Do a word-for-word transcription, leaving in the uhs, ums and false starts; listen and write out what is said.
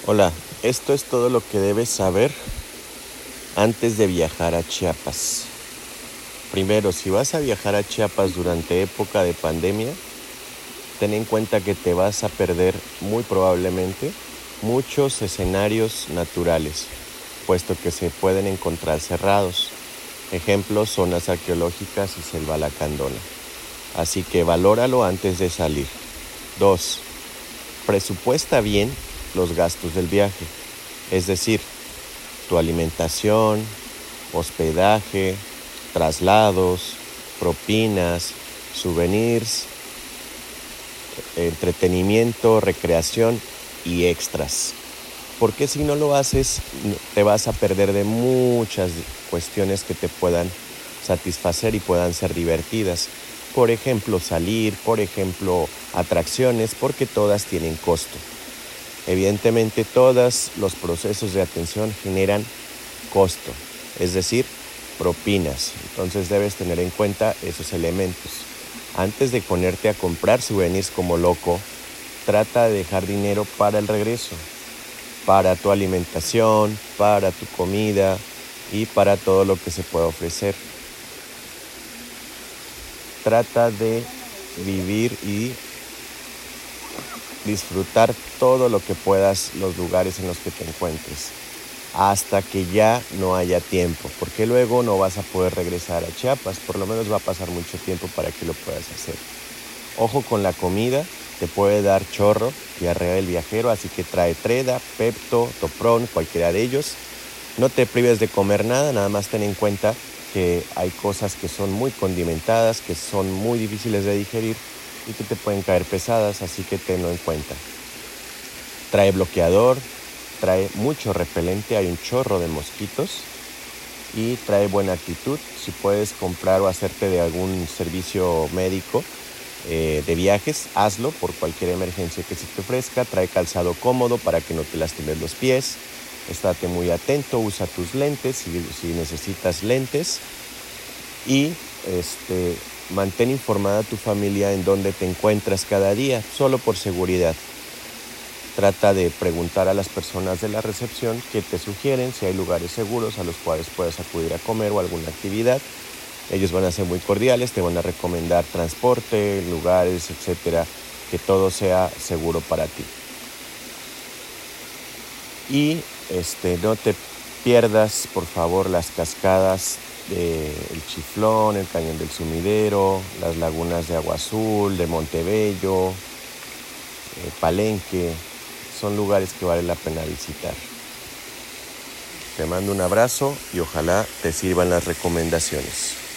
Hola, esto es todo lo que debes saber antes de viajar a Chiapas. Primero, si vas a viajar a Chiapas durante época de pandemia, ten en cuenta que te vas a perder muy probablemente muchos escenarios naturales, puesto que se pueden encontrar cerrados. Ejemplos, zonas arqueológicas y selva lacandona. Así que valóralo antes de salir. Dos. Presupuesta bien los gastos del viaje, es decir, tu alimentación, hospedaje, traslados, propinas, souvenirs, entretenimiento, recreación y extras. Porque si no lo haces, te vas a perder de muchas cuestiones que te puedan satisfacer y puedan ser divertidas. Por ejemplo, salir, por ejemplo, atracciones, porque todas tienen costo. Evidentemente, todos los procesos de atención generan costo, es decir, propinas. Entonces debes tener en cuenta esos elementos. Antes de ponerte a comprar souvenirs como loco, trata de dejar dinero para el regreso, para tu alimentación, para tu comida y para todo lo que se pueda ofrecer. Trata de vivir y disfrutar todo lo que puedas los lugares en los que te encuentres, hasta que ya no haya tiempo, porque luego no vas a poder regresar a Chiapas, por lo menos va a pasar mucho tiempo para que lo puedas hacer. Ojo con la comida, te puede dar chorro, diarrea del viajero, así que trae Treda, Pepto, Toprón, cualquiera de ellos. No te prives de comer nada, nada más ten en cuenta que hay cosas que son muy condimentadas, que son muy difíciles de digerir y que te pueden caer pesadas, así que tenlo en cuenta. Trae bloqueador, trae mucho repelente, hay un chorro de mosquitos y trae buena actitud. Si puedes comprar o hacerte de algún servicio médico eh, de viajes, hazlo por cualquier emergencia que se te ofrezca. Trae calzado cómodo para que no te lastimes los pies. Estate muy atento, usa tus lentes si, si necesitas lentes y este, mantén informada a tu familia en dónde te encuentras cada día, solo por seguridad. Trata de preguntar a las personas de la recepción qué te sugieren, si hay lugares seguros a los cuales puedes acudir a comer o alguna actividad. Ellos van a ser muy cordiales, te van a recomendar transporte, lugares, etcétera, que todo sea seguro para ti. Y este, no te pierdas, por favor, las cascadas de El Chiflón, el Cañón del Sumidero, las lagunas de Agua Azul, de Montebello, eh, Palenque. Son lugares que vale la pena visitar. Te mando un abrazo y ojalá te sirvan las recomendaciones.